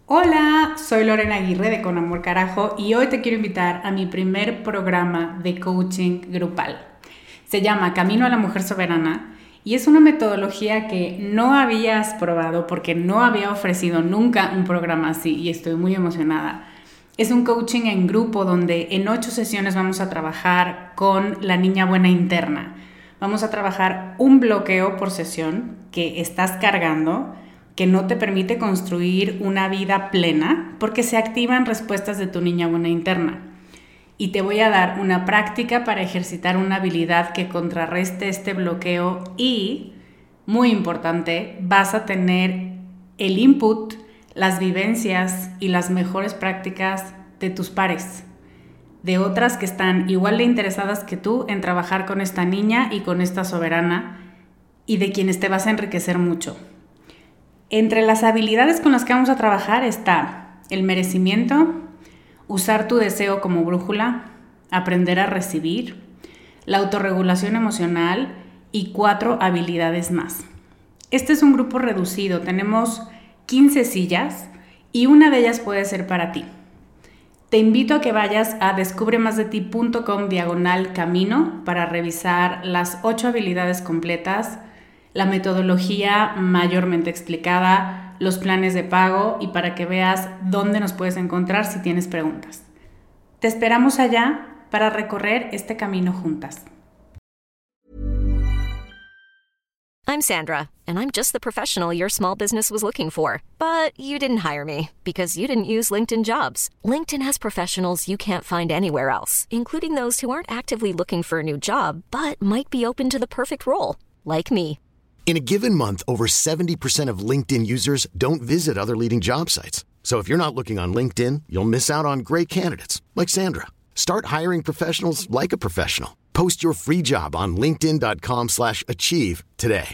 Hola, soy Lorena Aguirre de Con Amor Carajo y hoy te quiero invitar a mi primer programa de coaching grupal. Se llama Camino a la Mujer Soberana y es una metodología que no habías probado porque no había ofrecido nunca un programa así y estoy muy emocionada. Es un coaching en grupo donde en 8 sesiones vamos a trabajar con la niña buena interna. Vamos a trabajar un bloqueo por sesión que estás cargando, que no te permite construir una vida plena porque se activan respuestas de tu niña buena interna. Y te voy a dar una práctica para ejercitar una habilidad que contrarreste este bloqueo y, muy importante, vas a tener el input, las vivencias y las mejores prácticas de tus pares, de otras que están igual de interesadas que tú en trabajar con esta niña y con esta soberana y de quienes te vas a enriquecer mucho. Entre las habilidades con las que vamos a trabajar está el merecimiento, usar tu deseo como brújula, aprender a recibir, la autorregulación emocional y 4 habilidades más. Este es un grupo reducido, tenemos 15 sillas y una de ellas puede ser para ti. Te invito a que vayas a descubremasdeti.com/camino para revisar las 8 habilidades completas, la metodología mayormente explicada, los planes de pago y para que veas dónde nos puedes encontrar si tienes preguntas. Te esperamos allá para recorrer este camino juntas. I'm Sandra, and I'm just the professional your small business was looking for. But you didn't hire me because you didn't use LinkedIn Jobs. LinkedIn has professionals you can't find anywhere else, including those who aren't actively looking for a new job, but might be open to the perfect role, like me. In a given month, over 70% of LinkedIn users don't visit other leading job sites. So if you're not looking on LinkedIn, you'll miss out on great candidates like Sandra. Start hiring professionals like a professional. Post your free job on linkedin.com/achieve today.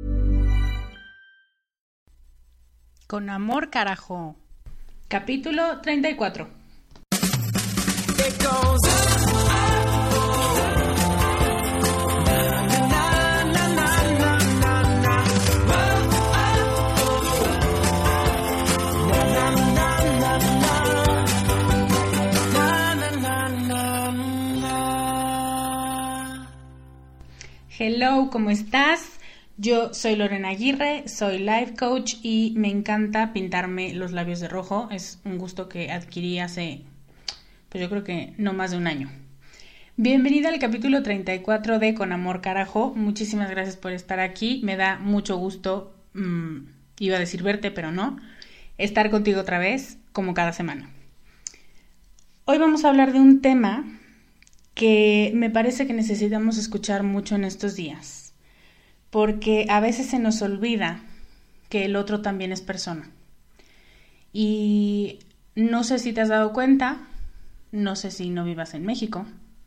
Con Amor Carajo. Capítulo 34. Hello, ¿cómo estás? Yo soy Lorena Aguirre, soy life coach y me encanta pintarme los labios de rojo. Es un gusto que adquirí hace, pues yo creo que no más de un año. Bienvenida al capítulo 34 de Con Amor Carajo. Muchísimas gracias por estar aquí. Me da mucho gusto, iba a decir verte, pero no, estar contigo otra vez, como cada semana. Hoy vamos a hablar de un tema que me parece que necesitamos escuchar mucho en estos días, porque a veces se nos olvida que el otro también es persona. Y no sé si te has dado cuenta, no sé si no vivas en México,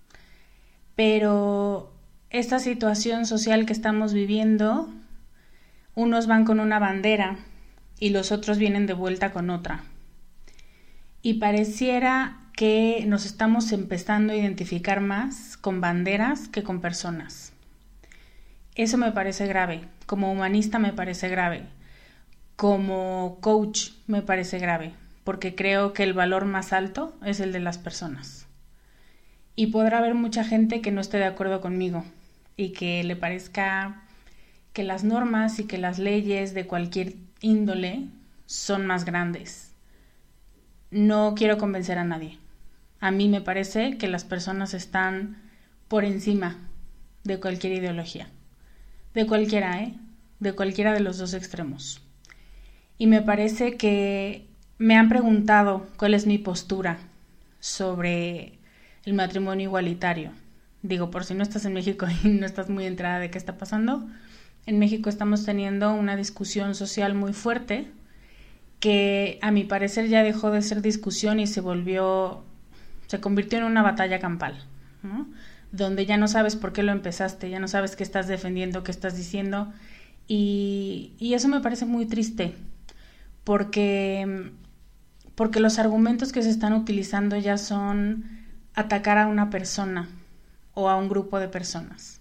pero esta situación social que estamos viviendo, unos van con una bandera y los otros vienen de vuelta con otra. Y pareciera que nos estamos empezando a identificar más con banderas que con personas. Eso me parece grave, como humanista me parece grave, como coach me parece grave, porque creo que el valor más alto es el de las personas. Y podrá haber mucha gente que no esté de acuerdo conmigo y que le parezca que las normas y que las leyes de cualquier índole son más grandes. No quiero convencer a nadie. A mí me parece que las personas están por encima de cualquier ideología. De cualquiera, de cualquiera de los dos extremos. Y me parece que me han preguntado cuál es mi postura sobre el matrimonio igualitario. Digo, por si no estás en México y no estás muy enterada de qué está pasando, en México estamos teniendo una discusión social muy fuerte que a mi parecer ya dejó de ser discusión y se convirtió en una batalla campal, ¿no? Donde ya no sabes por qué lo empezaste, ya no sabes qué estás defendiendo, qué estás diciendo, y eso me parece muy triste, porque los argumentos que se están utilizando ya son atacar a una persona o a un grupo de personas.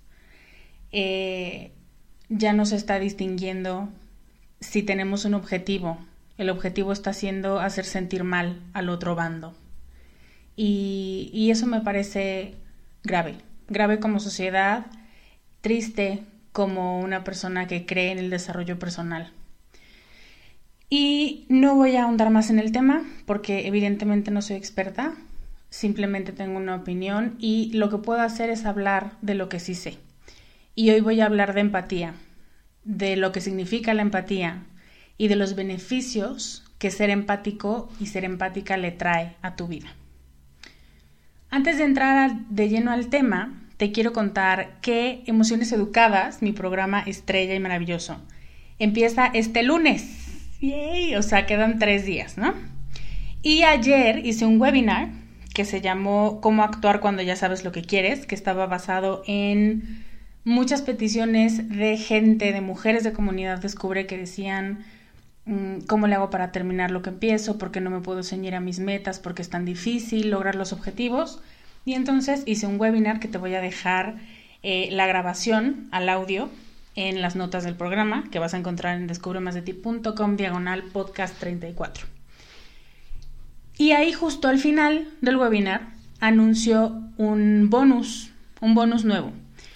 Ya no se está distinguiendo si tenemos un objetivo El objetivo está siendo hacer sentir mal al otro bando. Y eso me parece grave como sociedad, triste como una persona que cree en el desarrollo personal. Y no voy a ahondar más en el tema porque evidentemente no soy experta, simplemente tengo una opinión y lo que puedo hacer es hablar de lo que sí sé. Y hoy voy a hablar de empatía, de lo que significa la empatía y de los beneficios que ser empático y ser empática le trae a tu vida. Antes de entrar de lleno al tema, te quiero contar que Emociones Educadas, mi programa estrella y maravilloso, empieza este lunes. ¡Yay! O sea, quedan 3 días, ¿no? Y ayer hice un webinar que se llamó Cómo actuar cuando ya sabes lo que quieres, que estaba basado en muchas peticiones de gente, de mujeres de Comunidad Descubre que decían ¿cómo le hago para terminar lo que empiezo? ¿Por qué no me puedo ceñir a mis metas? ¿Por qué es tan difícil lograr los objetivos? Y entonces hice un webinar que te voy a dejar la grabación al audio en las notas del programa que vas a encontrar en descubremasdeti.com/podcast 34. Y ahí justo al final del webinar anunció un bonus nuevo.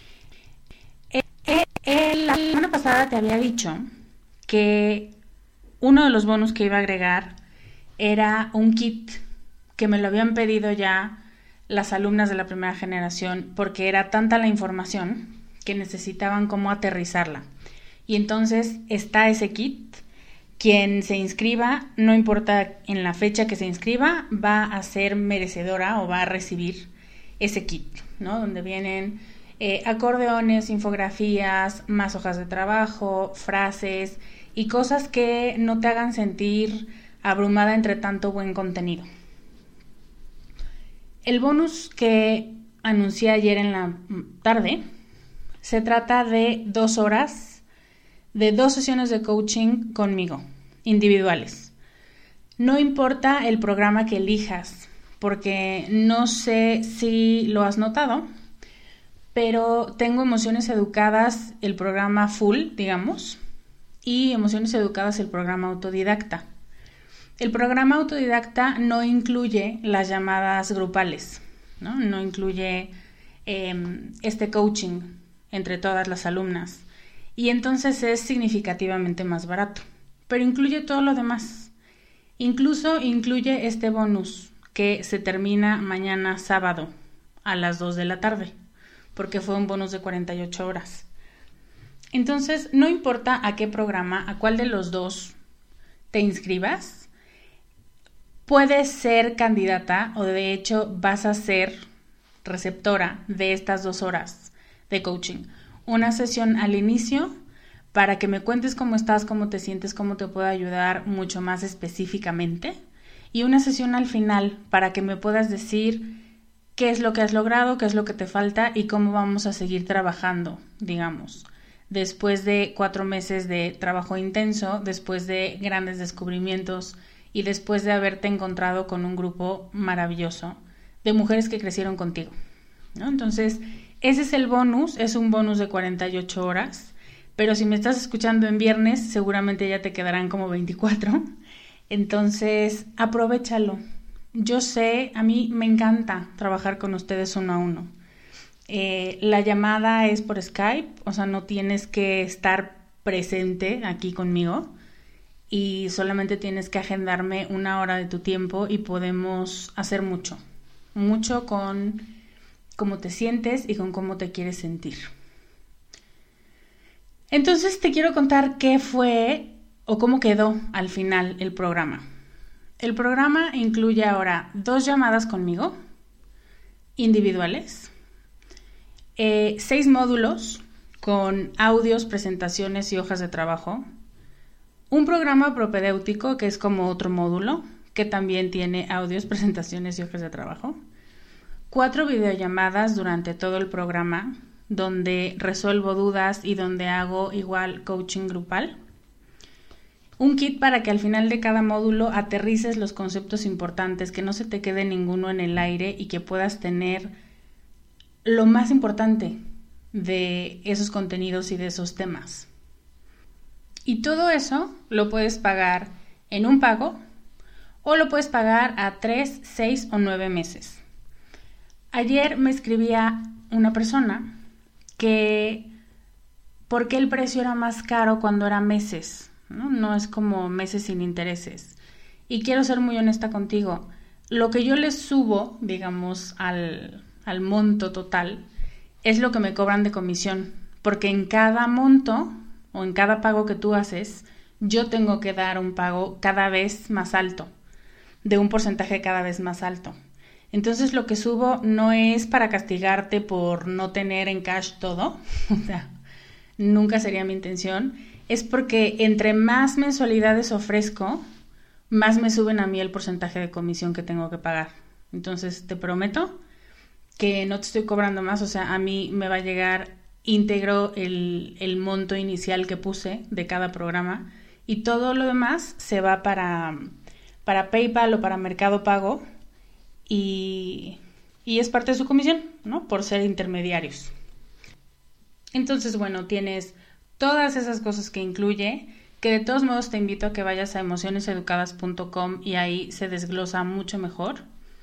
La semana pasada te había dicho que uno de los bonus que iba a agregar era un kit que me lo habían pedido ya las alumnas de la primera generación porque era tanta la información que necesitaban cómo aterrizarla. Y entonces está ese kit. Quien se inscriba, no importa en la fecha que se inscriba, va a ser merecedora o va a recibir ese kit, ¿no? Donde vienen acordeones, infografías, más hojas de trabajo, frases y cosas que no te hagan sentir abrumada entre tanto buen contenido. El bonus que anuncié ayer en la tarde se trata de 2 horas de 2 sesiones de coaching conmigo, individuales. No importa el programa que elijas, porque no sé si lo has notado, pero tengo Emociones Educadas, el programa full, digamos, y Emociones Educadas, el programa autodidacta. El programa autodidacta no incluye las llamadas grupales, ¿no? No incluye este coaching entre todas las alumnas y entonces es significativamente más barato, pero incluye todo lo demás. Incluso incluye este bonus que se termina mañana sábado a las 2 de la tarde, porque fue un bonus de 48 horas. Entonces, no importa a qué programa, a cuál de los dos te inscribas, puedes ser candidata o de hecho vas a ser receptora de estas 2 horas de coaching. Una sesión al inicio para que me cuentes cómo estás, cómo te sientes, cómo te puedo ayudar mucho más específicamente. Y una sesión al final para que me puedas decir qué es lo que has logrado, qué es lo que te falta y cómo vamos a seguir trabajando, digamos. Después de 4 meses de trabajo intenso, después de grandes descubrimientos y después de haberte encontrado con un grupo maravilloso de mujeres que crecieron contigo, ¿no? Entonces, ese es el bonus, es un bonus de 48 horas, pero si me estás escuchando en viernes, seguramente ya te quedarán como 24. Entonces, aprovéchalo. Yo sé, a mí me encanta trabajar con ustedes 1 a 1. La llamada es por Skype, o sea, no tienes que estar presente aquí conmigo y solamente tienes que agendarme 1 hora de tu tiempo y podemos hacer mucho con cómo te sientes y con cómo te quieres sentir. Entonces te quiero contar qué fue o cómo quedó al final el programa. El programa incluye ahora 2 llamadas conmigo, individuales, 6 módulos con audios, presentaciones y hojas de trabajo, un programa propedéutico que es como otro módulo, que también tiene audios, presentaciones y hojas de trabajo, 4 videollamadas durante todo el programa, donde resuelvo dudas y donde hago igual coaching grupal, un kit para que al final de cada módulo aterrices los conceptos importantes, que no se te quede ninguno en el aire y que puedas tener lo más importante de esos contenidos y de esos temas. Y todo eso lo puedes pagar en un pago o lo puedes pagar a 3, 6 o 9 meses. Ayer me escribía una persona que por qué el precio era más caro cuando era meses, ¿no? No es como meses sin intereses. Y quiero ser muy honesta contigo. Lo que yo les subo, digamos, al monto total, es lo que me cobran de comisión. Porque en cada monto o en cada pago que tú haces, yo tengo que dar un pago cada vez más alto, de un porcentaje cada vez más alto. Entonces lo que subo no es para castigarte por no tener en cash todo, o sea, nunca sería mi intención, es porque entre más mensualidades ofrezco, más me suben a mí el porcentaje de comisión que tengo que pagar. Entonces te prometo que no te estoy cobrando más, o sea, a mí me va a llegar íntegro el monto inicial que puse de cada programa y todo lo demás se va para PayPal o para Mercado Pago y es parte de su comisión, ¿no? Por ser intermediarios. Entonces, bueno, tienes todas esas cosas que incluye, que de todos modos te invito a que vayas a emocioneseducadas.com y ahí se desglosa mucho mejor.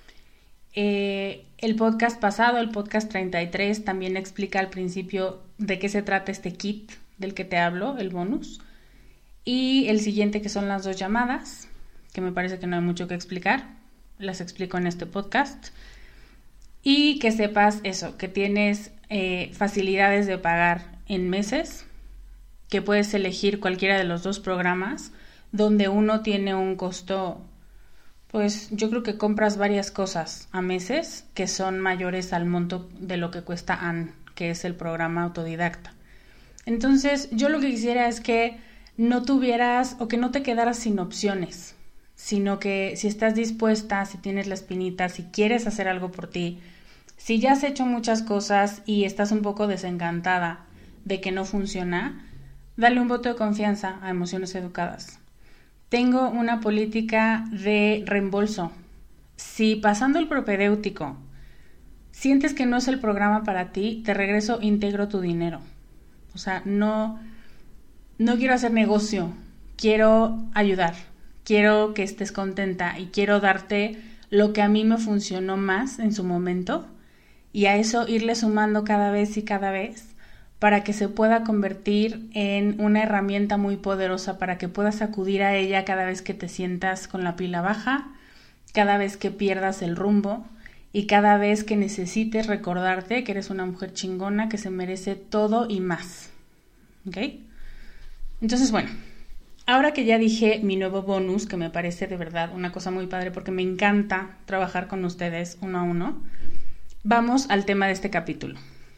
El podcast pasado, el podcast 33, también explica al principio de qué se trata este kit del que te hablo, el bonus. Y el siguiente, que son las 2 llamadas, que me parece que no hay mucho que explicar, las explico en este podcast. Y que sepas eso, que tienes facilidades de pagar en meses, que puedes elegir cualquiera de los 2 programas, donde uno tiene un costo, pues yo creo que compras varias cosas a meses que son mayores al monto de lo que cuesta AN, que es el programa autodidacta. Entonces, yo lo que quisiera es que no tuvieras o que no te quedaras sin opciones, sino que si estás dispuesta, si tienes la espinita, si quieres hacer algo por ti, si ya has hecho muchas cosas y estás un poco desencantada de que no funciona, dale un voto de confianza a Emociones Educadas. Tengo una política de reembolso. Si pasando el propedéutico sientes que no es el programa para ti, te regreso íntegro tu dinero. O sea, no quiero hacer negocio, quiero ayudar, quiero que estés contenta y quiero darte lo que a mí me funcionó más en su momento y a eso irle sumando cada vez y cada vez para que se pueda convertir en una herramienta muy poderosa para que puedas acudir a ella cada vez que te sientas con la pila baja, cada vez que pierdas el rumbo y cada vez que necesites recordarte que eres una mujer chingona que se merece todo y más. ¿Ok? Entonces, bueno, ahora que ya dije mi nuevo bonus, que me parece de verdad una cosa muy padre porque me encanta trabajar con ustedes uno a uno, vamos al tema de este capítulo.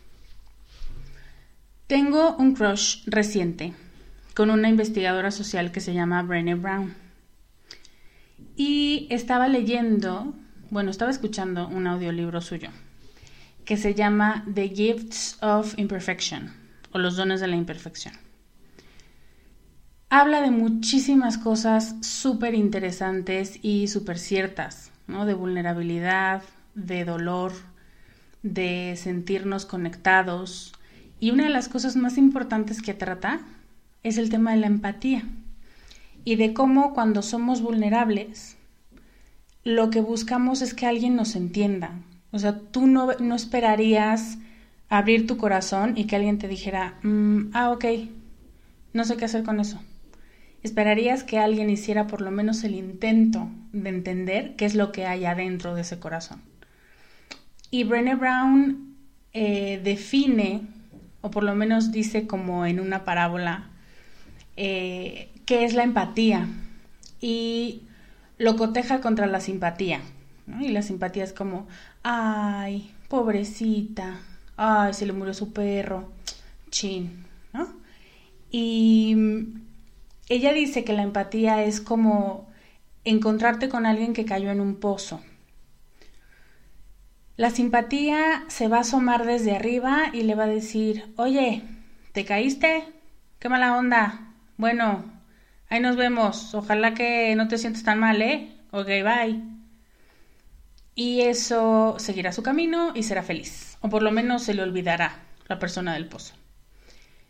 Tengo un crush reciente con una investigadora social que se llama Brené Brown. Y estaba escuchando un audiolibro suyo que se llama The Gifts of Imperfection o Los Dones de la Imperfección. Habla de muchísimas cosas súper interesantes y súper ciertas, ¿no? De vulnerabilidad, de dolor, de sentirnos conectados. Y una de las cosas más importantes que trata es el tema de la empatía y de cómo cuando somos vulnerables lo que buscamos es que alguien nos entienda. O sea, tú no esperarías abrir tu corazón y que alguien te dijera, ok, no sé qué hacer con eso. Esperarías que alguien hiciera por lo menos el intento de entender qué es lo que hay adentro de ese corazón. Y Brené Brown define, o por lo menos dice como en una parábola, qué es la empatía y lo coteja contra la simpatía, ¿no? Y la simpatía es como, ay, pobrecita, ay, se le murió su perro, chin, ¿no? Y ella dice que la empatía es como encontrarte con alguien que cayó en un pozo. La simpatía se va a asomar desde arriba y le va a decir, oye, ¿te caíste? ¡Qué mala onda! Bueno, ahí nos vemos. Ojalá que no te sientas tan mal, ¿eh? Ok, bye. Y eso seguirá su camino y será feliz. O por lo menos se le olvidará la persona del pozo.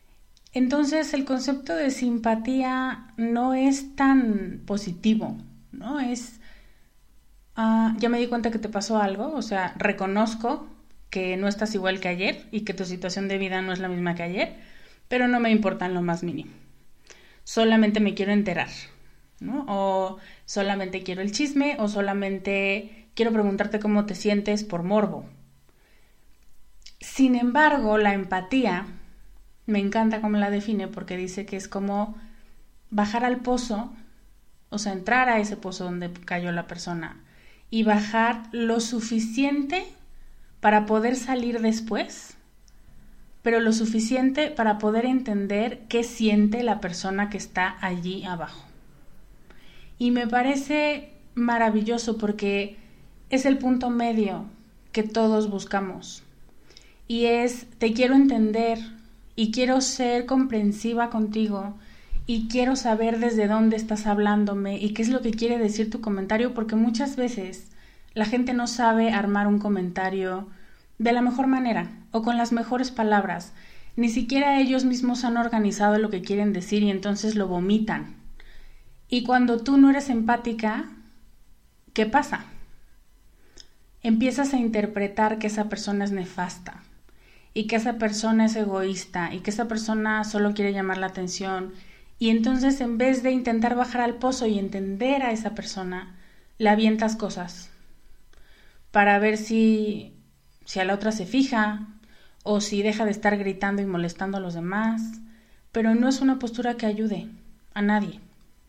Entonces el concepto de simpatía no es tan positivo, ¿no? Es, ya me di cuenta que te pasó algo, o sea, reconozco que no estás igual que ayer y que tu situación de vida no es la misma que ayer, pero no me importa en lo más mínimo. Solamente me quiero enterar, ¿no? O solamente quiero el chisme, o solamente quiero preguntarte cómo te sientes por morbo. Sin embargo, la empatía, me encanta cómo la define, porque dice que es como bajar al pozo, o sea, entrar a ese pozo donde cayó la persona y bajar lo suficiente para poder salir después, pero lo suficiente para poder entender qué siente la persona que está allí abajo. Y me parece maravilloso porque es el punto medio que todos buscamos. Y es, te quiero entender y quiero ser comprensiva contigo y quiero saber desde dónde estás hablándome y qué es lo que quiere decir tu comentario, porque muchas veces la gente no sabe armar un comentario de la mejor manera o con las mejores palabras. Ni siquiera ellos mismos han organizado lo que quieren decir y entonces lo vomitan. Y cuando tú no eres empática, ¿qué pasa? Empiezas a interpretar que esa persona es nefasta y que esa persona es egoísta y que esa persona solo quiere llamar la atención. Y entonces en vez de intentar bajar al pozo y entender a esa persona, le avientas cosas para ver si a la otra se fija o si deja de estar gritando y molestando a los demás, pero no es una postura que ayude a nadie.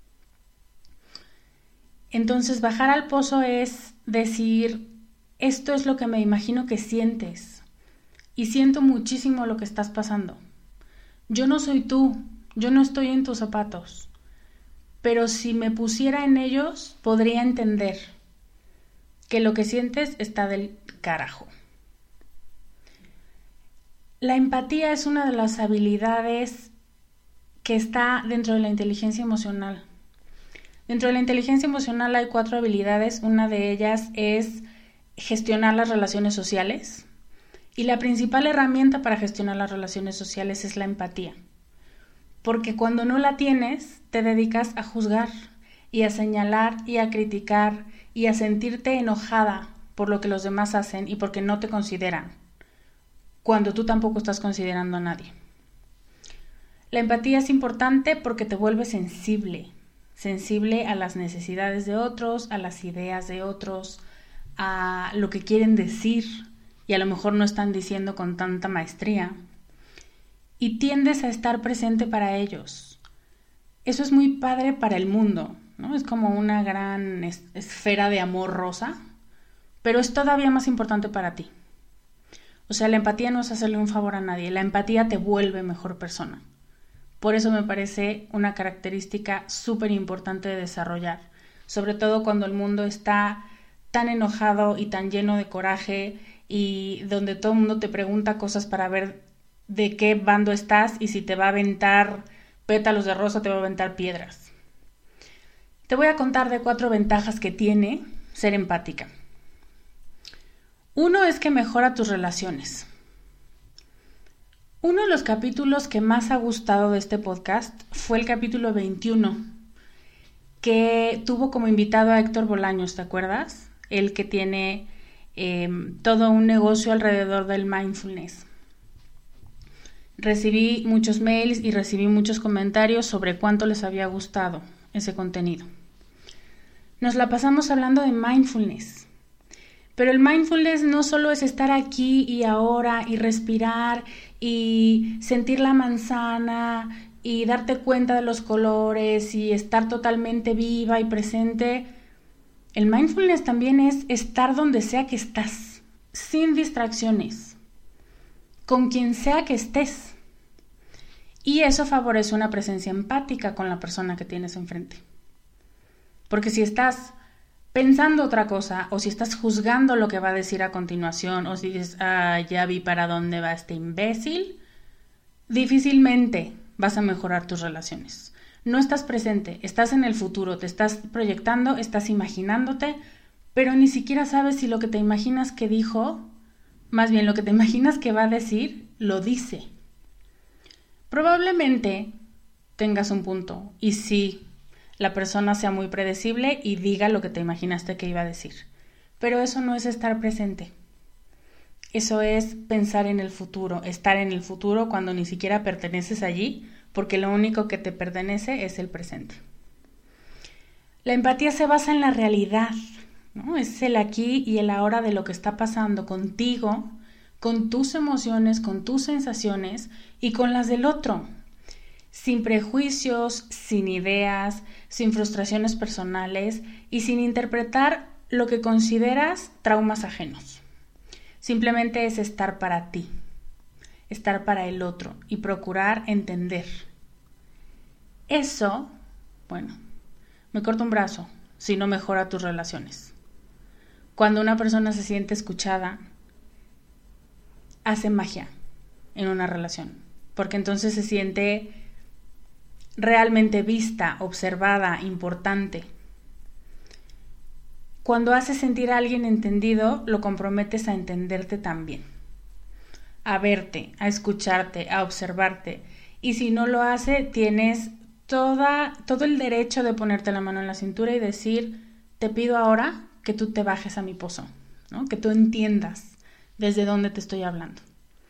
Entonces bajar al pozo es decir, esto es lo que me imagino que sientes y siento muchísimo lo que estás pasando. Yo no soy tú, yo no estoy en tus zapatos, pero si me pusiera en ellos podría entender que lo que sientes está del carajo. La empatía es una de las habilidades que está dentro de la inteligencia emocional. Dentro de la inteligencia emocional hay 4 habilidades. Una de ellas es gestionar las relaciones sociales. Y la principal herramienta para gestionar las relaciones sociales es la empatía. Porque cuando no la tienes, te dedicas a juzgar y a señalar y a criticar y a sentirte enojada por lo que los demás hacen y porque no te consideran, cuando tú tampoco estás considerando a nadie. La empatía es importante porque te vuelve sensible a las necesidades de otros, a las ideas de otros, a lo que quieren decir y a lo mejor no están diciendo con tanta maestría. Y tiendes a estar presente para ellos. Eso es muy padre para el mundo, ¿no? Es como una gran esfera de amor rosa, pero es todavía más importante para ti. O sea, la empatía no es hacerle un favor a nadie, la empatía te vuelve mejor persona. Por eso me parece una característica súper importante de desarrollar, sobre todo cuando el mundo está tan enojado y tan lleno de coraje y donde todo el mundo te pregunta cosas para ver de qué bando estás y si te va a aventar pétalos de rosa o te va a aventar piedras. Te voy a contar de 4 ventajas que tiene ser empática. 1 es que mejora tus relaciones. Uno de los capítulos que más ha gustado de este podcast fue el capítulo 21, que tuvo como invitado a Héctor Bolaños, ¿te acuerdas? El que tiene todo un negocio alrededor del mindfulness. Recibí muchos mails y recibí muchos comentarios sobre cuánto les había gustado ese contenido. Nos la pasamos hablando de mindfulness. Pero el mindfulness no solo es estar aquí y ahora y respirar y sentir la manzana y darte cuenta de los colores y estar totalmente viva y presente. El mindfulness también es estar donde sea que estás, sin distracciones, con quien sea que estés. Y eso favorece una presencia empática con la persona que tienes enfrente. Porque si estás pensando otra cosa, o si estás juzgando lo que va a decir a continuación, o si dices, ya vi para dónde va este imbécil, difícilmente vas a mejorar tus relaciones. No estás presente, estás en el futuro, te estás proyectando, estás imaginándote, pero ni siquiera sabes si lo que te imaginas que dijo, más bien lo que te imaginas que va a decir, lo dice. Probablemente tengas un punto y sí, la persona sea muy predecible y diga lo que te imaginaste que iba a decir. Pero eso no es estar presente. Eso es pensar en el futuro, estar en el futuro cuando ni siquiera perteneces allí, porque lo único que te pertenece es el presente. La empatía se basa en la realidad, ¿no? Es el aquí y el ahora de lo que está pasando contigo, con tus emociones, con tus sensaciones y con las del otro. Sin prejuicios, sin ideas, sin frustraciones personales y sin interpretar lo que consideras traumas ajenos. Simplemente es estar para ti, estar para el otro y procurar entender. Eso, me corta un brazo si no mejora tus relaciones. Cuando una persona se siente escuchada, hace magia en una relación, porque entonces se siente realmente vista, observada, importante. Cuando haces sentir a alguien entendido, lo comprometes a entenderte también, a verte, a escucharte, a observarte. Y si no lo hace, tienes todo el derecho de ponerte la mano en la cintura y decir, te pido ahora que tú te bajes a mi pozo, ¿no? Que tú entiendas desde dónde te estoy hablando.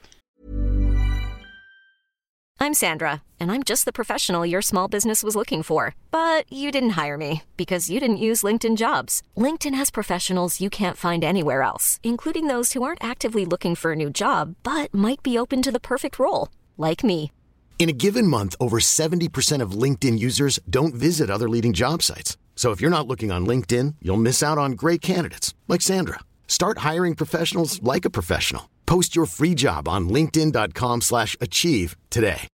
I'm Sandra, and I'm just the professional your small business was looking for. But you didn't hire me because you didn't use LinkedIn Jobs. LinkedIn has professionals you can't find anywhere else, including those who aren't actively looking for a new job, but might be open to the perfect role, like me. In a given month, over 70% of LinkedIn users don't visit other leading job sites. So if you're not looking on LinkedIn, you'll miss out on great candidates like Sandra. Start hiring professionals like a professional. Post your free job on linkedin.com/achieve today.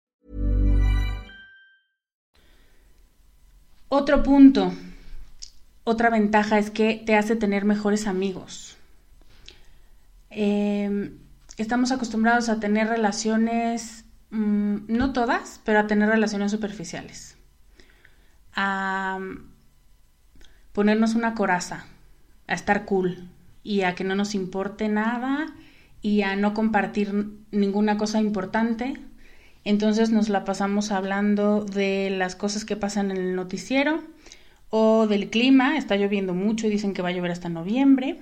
Otro punto, otra ventaja es que te hace tener mejores amigos. Estamos acostumbrados a tener relaciones, no todas, pero a tener relaciones superficiales. A ponernos una coraza, a estar cool y a que no nos importe nada y a no compartir ninguna cosa importante. Entonces nos la pasamos hablando de las cosas que pasan en el noticiero o del clima. Está lloviendo mucho y dicen que va a llover hasta noviembre.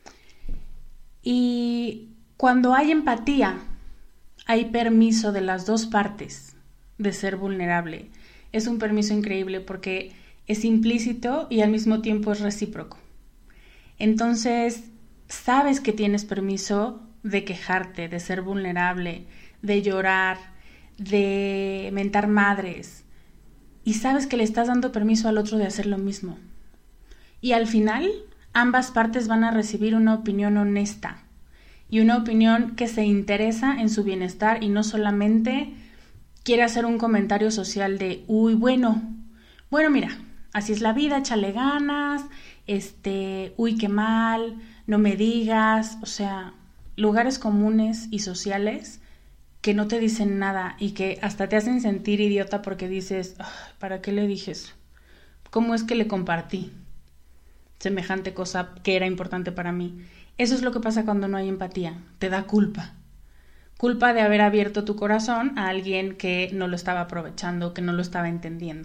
Y cuando hay empatía, hay permiso de las dos partes de ser vulnerable. Es un permiso increíble porque es implícito y al mismo tiempo es recíproco. Entonces, sabes que tienes permiso de quejarte, de ser vulnerable, de llorar, de mentar madres. Y sabes que le estás dando permiso al otro de hacer lo mismo. Y al final, ambas partes van a recibir una opinión honesta y una opinión que se interesa en su bienestar y no solamente quiere hacer un comentario social de, bueno, mira, así es la vida, échale ganas, uy, qué mal, no me digas, o sea, lugares comunes y sociales que no te dicen nada y que hasta te hacen sentir idiota porque dices, ¿para qué le dije eso? ¿Cómo es que le compartí semejante cosa que era importante para mí? Eso es lo que pasa cuando no hay empatía, te da culpa. Culpa de haber abierto tu corazón a alguien que no lo estaba aprovechando, que no lo estaba entendiendo.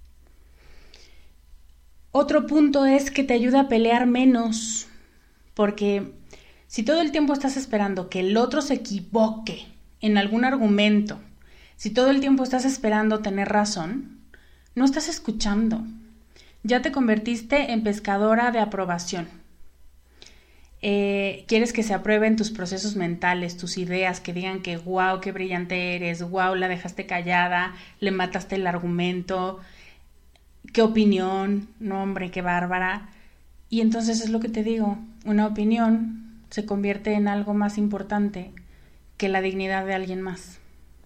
Otro punto es que te ayuda a pelear menos, porque si todo el tiempo estás esperando que el otro se equivoque en algún argumento, si todo el tiempo estás esperando tener razón, no estás escuchando. Ya te convertiste en pescadora de aprobación. Quieres que se aprueben tus procesos mentales, tus ideas, que digan que wow, qué brillante eres, wow, la dejaste callada, le mataste el argumento, qué opinión, no hombre, qué bárbara. Y entonces es lo que te digo, una opinión se convierte en algo más importante que la dignidad de alguien más.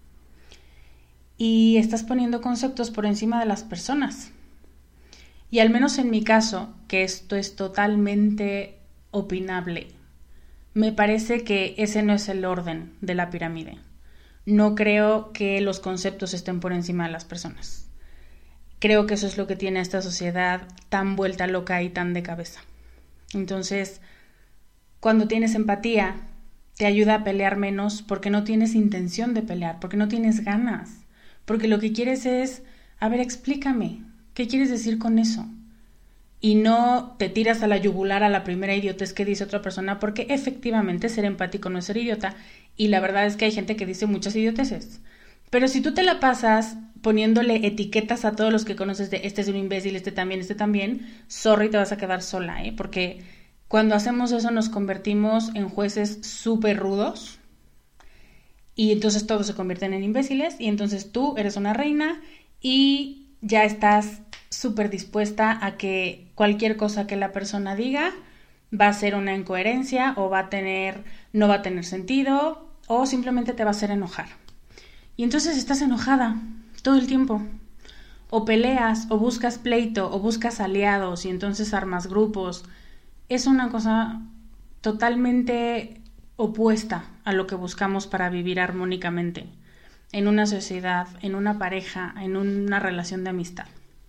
Y estás poniendo conceptos por encima de las personas. Y al menos en mi caso, que esto es totalmente opinable, me parece que ese no es el orden de la pirámide. No creo que los conceptos estén por encima de las personas. Creo que eso es lo que tiene a esta sociedad tan vuelta loca y tan de cabeza. Entonces, cuando tienes empatía, te ayuda a pelear menos porque no tienes intención de pelear, porque no tienes ganas, porque lo que quieres es, a ver, explícame, ¿qué quieres decir con eso? Y no te tiras a la yugular a la primera idiotez que dice otra persona, porque efectivamente ser empático no es ser idiota, y la verdad es que hay gente que dice muchas idioteces. Pero si tú te la pasas poniéndole etiquetas a todos los que conoces de este es un imbécil, este también, sorry, te vas a quedar sola, porque cuando hacemos eso nos convertimos en jueces súper rudos y entonces todos se convierten en imbéciles y entonces tú eres una reina y ya estás súper dispuesta a que cualquier cosa que la persona diga va a ser una incoherencia o no va a tener sentido o simplemente te va a hacer enojar. Y entonces estás enojada todo el tiempo. O peleas, o buscas pleito, o buscas aliados y entonces armas grupos. Es una cosa totalmente opuesta a lo que buscamos para vivir armónicamente en una sociedad, en una pareja, en una relación de amistad.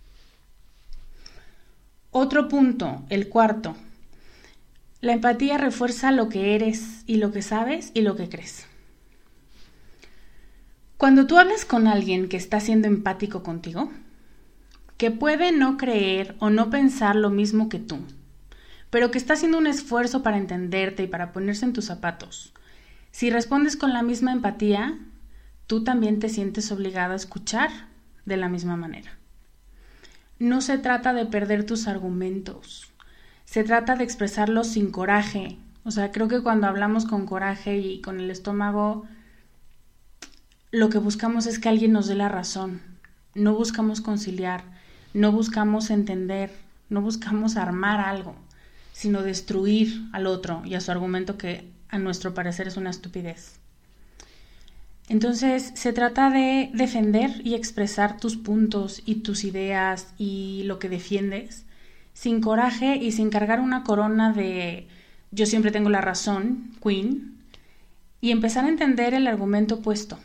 Otro punto, el cuarto. La empatía refuerza lo que eres y lo que sabes y lo que crees. Cuando tú hablas con alguien que está siendo empático contigo, que puede no creer o no pensar lo mismo que tú, pero que está haciendo un esfuerzo para entenderte y para ponerse en tus zapatos, si respondes con la misma empatía, tú también te sientes obligado a escuchar de la misma manera. No se trata de perder tus argumentos, se trata de expresarlos sin coraje. O sea, creo que cuando hablamos con coraje y con el estómago, lo que buscamos es que alguien nos dé la razón. No buscamos conciliar, no buscamos entender, no buscamos armar algo, sino destruir al otro y a su argumento que a nuestro parecer es una estupidez. Entonces se trata de defender y expresar tus puntos y tus ideas y lo que defiendes sin coraje y sin cargar una corona de yo siempre tengo la razón, Queen, y empezar a entender el argumento opuesto.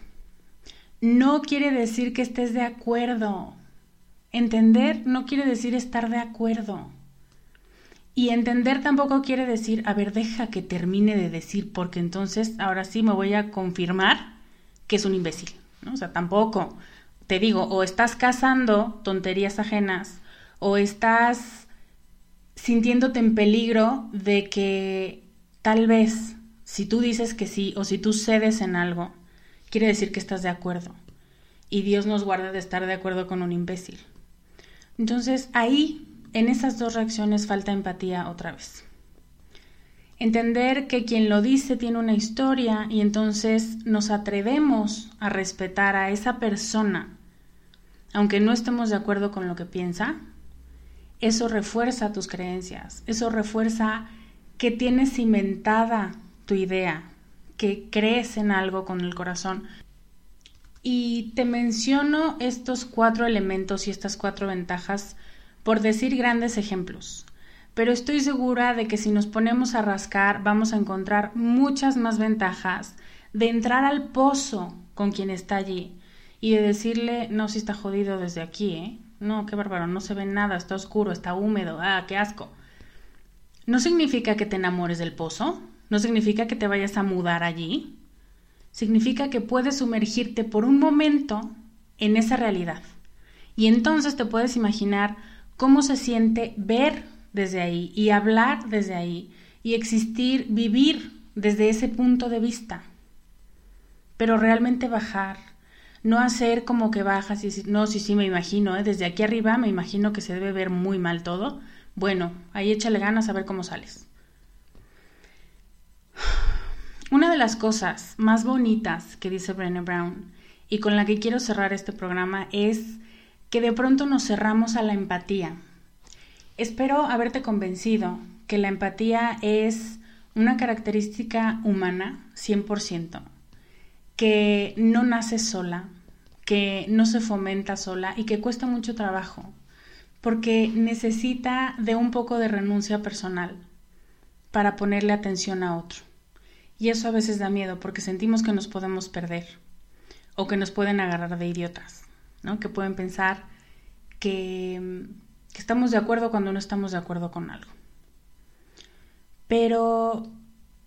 No quiere decir que estés de acuerdo. Entender no quiere decir estar de acuerdo. Y entender tampoco quiere decir, a ver, deja que termine de decir, porque entonces ahora sí me voy a confirmar que es un imbécil, ¿no? O sea, tampoco. Te digo, o estás cazando tonterías ajenas, o estás sintiéndote en peligro de que tal vez, si tú dices que sí, o si tú cedes en algo, quiere decir que estás de acuerdo. Y Dios nos guarde de estar de acuerdo con un imbécil. Entonces, ahí, en esas dos reacciones, falta empatía otra vez. Entender que quien lo dice tiene una historia y entonces nos atrevemos a respetar a esa persona, aunque no estemos de acuerdo con lo que piensa, eso refuerza tus creencias, eso refuerza que tienes cimentada tu idea, que crees en algo con el corazón. Y te menciono estos 4 elementos y estas 4 ventajas por decir grandes ejemplos, pero estoy segura de que si nos ponemos a rascar vamos a encontrar muchas más ventajas de entrar al pozo con quien está allí y de decirle, no, si está jodido desde aquí, no, qué bárbaro, no se ve nada, está oscuro, está húmedo, qué asco. No significa que te enamores del pozo, no significa que te vayas a mudar allí, significa que puedes sumergirte por un momento en esa realidad y entonces te puedes imaginar cómo se siente ver desde ahí y hablar desde ahí y existir, vivir desde ese punto de vista, pero realmente bajar, no hacer como que bajas y decir, no, sí, me imagino, desde aquí arriba me imagino que se debe ver muy mal todo, bueno, ahí échale ganas a ver cómo sales. Una de las cosas más bonitas que dice Brené Brown y con la que quiero cerrar este programa es que de pronto nos cerramos a la empatía. Espero haberte convencido que la empatía es una característica humana 100%, que no nace sola, que no se fomenta sola y que cuesta mucho trabajo, porque necesita de un poco de renuncia personal para ponerle atención a otro. Y eso a veces da miedo porque sentimos que nos podemos perder o que nos pueden agarrar de idiotas, ¿no? Que pueden pensar que estamos de acuerdo cuando no estamos de acuerdo con algo. Pero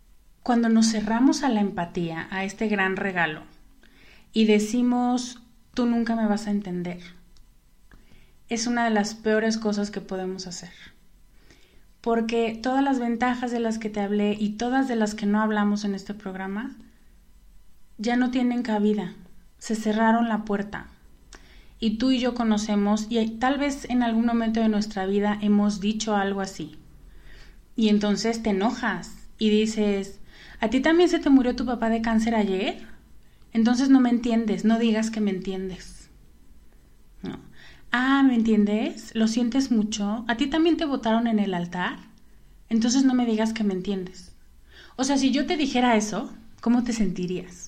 cuando nos cerramos a la empatía, a este gran regalo, y decimos, tú nunca me vas a entender. Es una de las peores cosas que podemos hacer. Porque todas las ventajas de las que te hablé y todas de las que no hablamos en este programa ya no tienen cabida. Se cerraron la puerta. Y tú y yo conocemos, y tal vez en algún momento de nuestra vida hemos dicho algo así. Y entonces te enojas y dices, ¿a ti también se te murió tu papá de cáncer ayer? Entonces no me entiendes, no digas que me entiendes. No. Ah, ¿me entiendes? ¿Lo sientes mucho? ¿A ti también te botaron en el altar? Entonces no me digas que me entiendes. O sea, si yo te dijera eso, ¿cómo te sentirías?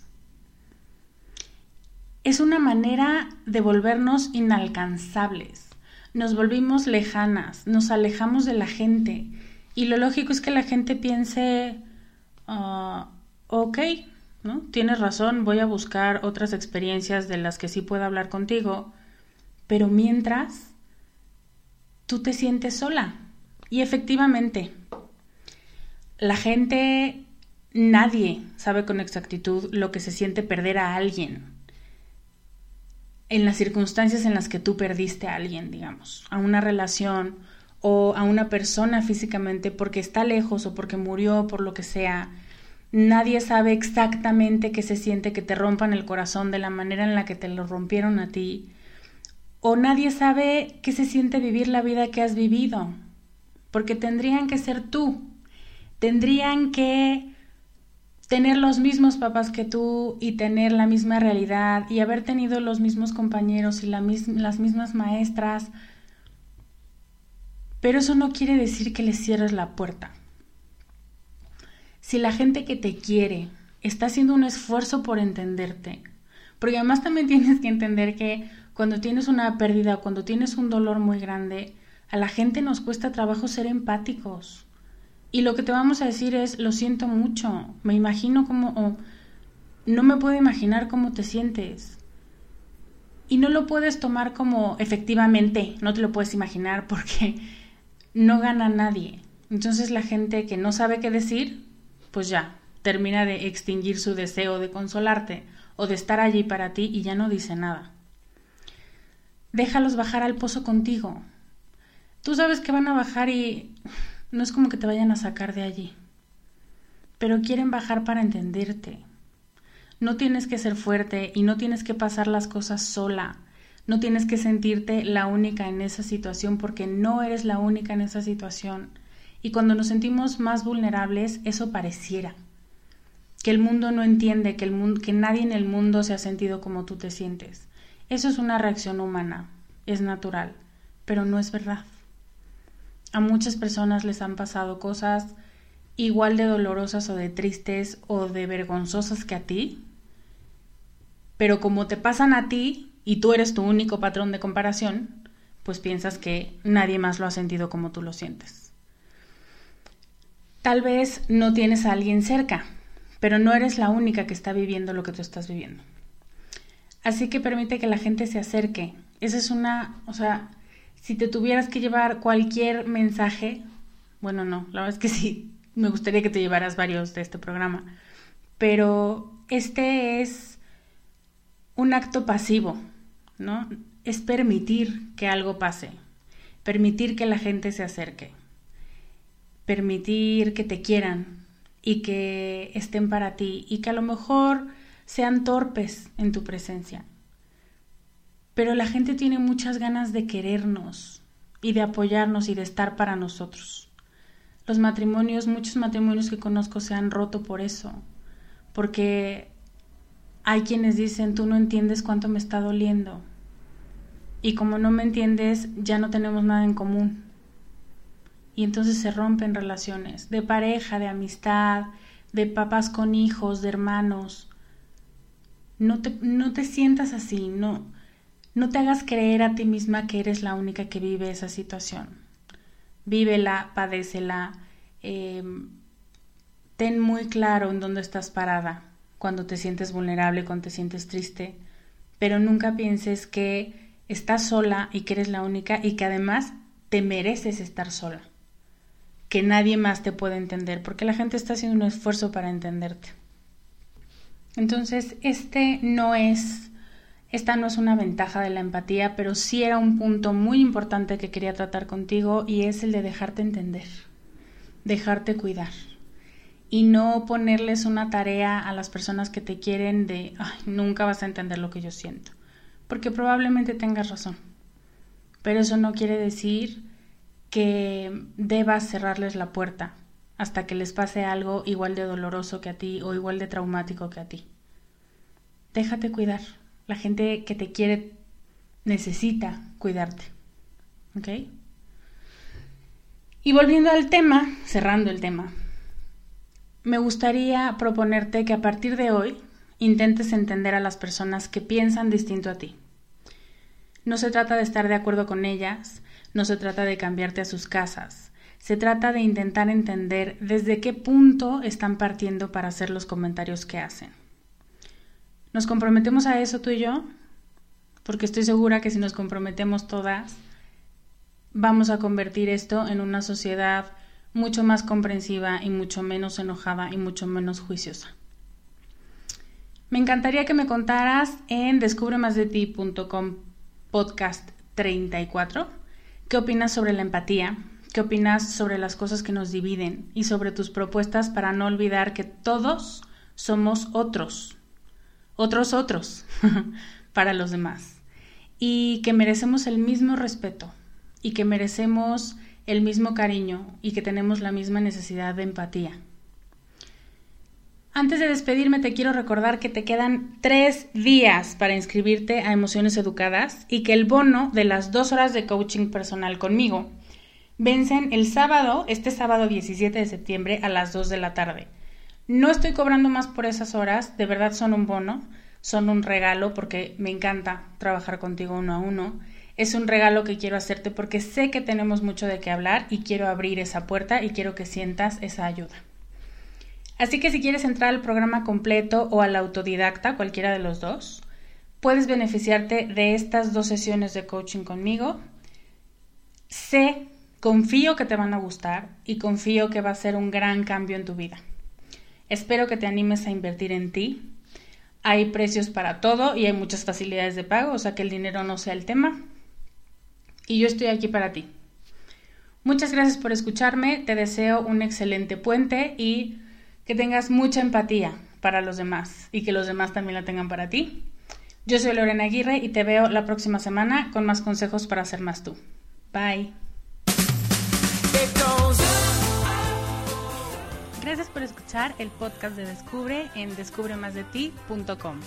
Es una manera de volvernos inalcanzables. Nos volvimos lejanas, nos alejamos de la gente. Y lo lógico es que la gente piense, ok, ¿no? Tienes razón, voy a buscar otras experiencias de las que sí pueda hablar contigo. Pero mientras, tú te sientes sola. Y efectivamente, la gente, nadie sabe con exactitud lo que se siente perder a alguien. En las circunstancias en las que tú perdiste a alguien, digamos, a una relación o a una persona físicamente porque está lejos o porque murió, por lo que sea. Nadie sabe exactamente qué se siente que te rompan el corazón de la manera en la que te lo rompieron a ti. O nadie sabe qué se siente vivir la vida que has vivido, porque tendrían que ser tú, tendrían que tener los mismos papás que tú y tener la misma realidad y haber tenido los mismos compañeros y las mismas maestras, pero eso no quiere decir que les cierres la puerta. Si la gente que te quiere está haciendo un esfuerzo por entenderte, porque además también tienes que entender que cuando tienes una pérdida, cuando tienes un dolor muy grande, a la gente nos cuesta trabajo ser empáticos. Y lo que te vamos a decir es, lo siento mucho, me imagino cómo, no me puedo imaginar cómo te sientes. Y no lo puedes tomar como efectivamente, no te lo puedes imaginar porque no gana nadie. Entonces la gente que no sabe qué decir, pues ya, termina de extinguir su deseo de consolarte o de estar allí para ti y ya no dice nada. Déjalos bajar al pozo contigo. Tú sabes que van a bajar y no es como que te vayan a sacar de allí. Pero quieren bajar para entenderte. No tienes que ser fuerte y no tienes que pasar las cosas sola. No tienes que sentirte la única en esa situación porque no eres la única en esa situación. Y cuando nos sentimos más vulnerables, eso pareciera. Que el mundo no entiende, que nadie en el mundo se ha sentido como tú te sientes. Eso es una reacción humana, es natural, pero no es verdad. A muchas personas les han pasado cosas igual de dolorosas o de tristes o de vergonzosas que a ti, pero como te pasan a ti y tú eres tu único patrón de comparación, pues piensas que nadie más lo ha sentido como tú lo sientes. Tal vez no tienes a alguien cerca, pero no eres la única que está viviendo lo que tú estás viviendo. Así que permite que la gente se acerque. Esa es si te tuvieras que llevar cualquier mensaje, bueno, no, la verdad es que sí, me gustaría que te llevaras varios de este programa, pero este es un acto pasivo, ¿no? Es permitir que algo pase, permitir que la gente se acerque, permitir que te quieran y que estén para ti y que a lo mejor sean torpes en tu presencia. Pero la gente tiene muchas ganas de querernos y de apoyarnos y de estar para nosotros. Muchos matrimonios que conozco se han roto por eso, porque hay quienes dicen, tú no entiendes cuánto me está doliendo. Y como no me entiendes, ya no tenemos nada en común. Y entonces se rompen relaciones de pareja, de amistad, de papás con hijos, de hermanos. No te sientas así, no te hagas creer a ti misma que eres la única que vive esa situación. Vívela, padécela, ten muy claro en dónde estás parada cuando te sientes vulnerable, cuando te sientes triste, pero nunca pienses que estás sola y que eres la única y que además te mereces estar sola, que nadie más te puede entender, porque la gente está haciendo un esfuerzo para entenderte. Entonces, este no es esta no es una ventaja de la empatía, pero sí era un punto muy importante que quería tratar contigo y es el de dejarte entender, dejarte cuidar y no ponerles una tarea a las personas que te quieren de "Ay, nunca vas a entender lo que yo siento", porque probablemente tengas razón, pero eso no quiere decir que debas cerrarles la puerta hasta que les pase algo igual de doloroso que a ti o igual de traumático que a ti. Déjate cuidar. La gente que te quiere necesita cuidarte. ¿Ok? Y volviendo al tema, cerrando el tema, me gustaría proponerte que a partir de hoy intentes entender a las personas que piensan distinto a ti. No se trata de estar de acuerdo con ellas, no se trata de cambiarte a sus casas. Se trata de intentar entender desde qué punto están partiendo para hacer los comentarios que hacen. ¿Nos comprometemos a eso tú y yo? Porque estoy segura que si nos comprometemos todas, vamos a convertir esto en una sociedad mucho más comprensiva y mucho menos enojada y mucho menos juiciosa. Me encantaría que me contaras en descubremasdeti.com podcast 34 qué opinas sobre la empatía, qué opinas sobre las cosas que nos dividen y sobre tus propuestas para no olvidar que todos somos otros para los demás y que merecemos el mismo respeto y que merecemos el mismo cariño y que tenemos la misma necesidad de empatía. Antes de despedirme te quiero recordar que te quedan 3 días para inscribirte a Emociones Educadas y que el bono de las 2 horas de coaching personal conmigo vencen el sábado, este sábado 17 de septiembre a las 2 de la tarde. No estoy cobrando más por esas horas, de verdad son un bono, son un regalo porque me encanta trabajar contigo uno a uno. Es un regalo que quiero hacerte porque sé que tenemos mucho de qué hablar y quiero abrir esa puerta y quiero que sientas esa ayuda. Así que si quieres entrar al programa completo o al autodidacta, cualquiera de los dos, puedes beneficiarte de estas 2 sesiones de coaching conmigo. Confío que te van a gustar y confío que va a ser un gran cambio en tu vida. Espero que te animes a invertir en ti. Hay precios para todo y hay muchas facilidades de pago, o sea que el dinero no sea el tema. Y yo estoy aquí para ti. Muchas gracias por escucharme, te deseo un excelente puente y que tengas mucha empatía para los demás y que los demás también la tengan para ti. Yo soy Lorena Aguirre y te veo la próxima semana con más consejos para ser más tú. Bye. Gracias por escuchar el podcast de Descubre en descubremasdeti.com.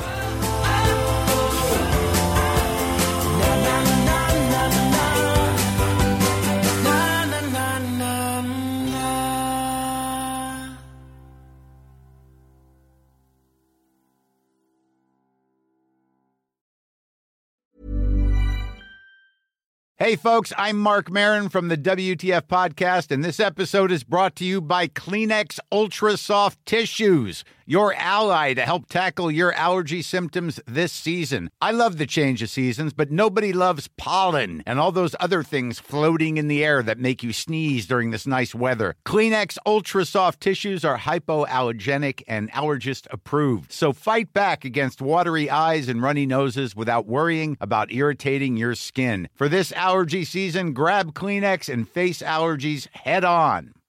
Hey, folks, I'm Mark Maron from the WTF Podcast, and this episode is brought to you by Kleenex Ultra Soft Tissues, your ally to help tackle your allergy symptoms this season. I love the change of seasons, but nobody loves pollen and all those other things floating in the air that make you sneeze during this nice weather. Kleenex Ultra Soft Tissues are hypoallergenic and allergist approved, so fight back against watery eyes and runny noses without worrying about irritating your skin. For this allergy season, grab Kleenex and face allergies head on.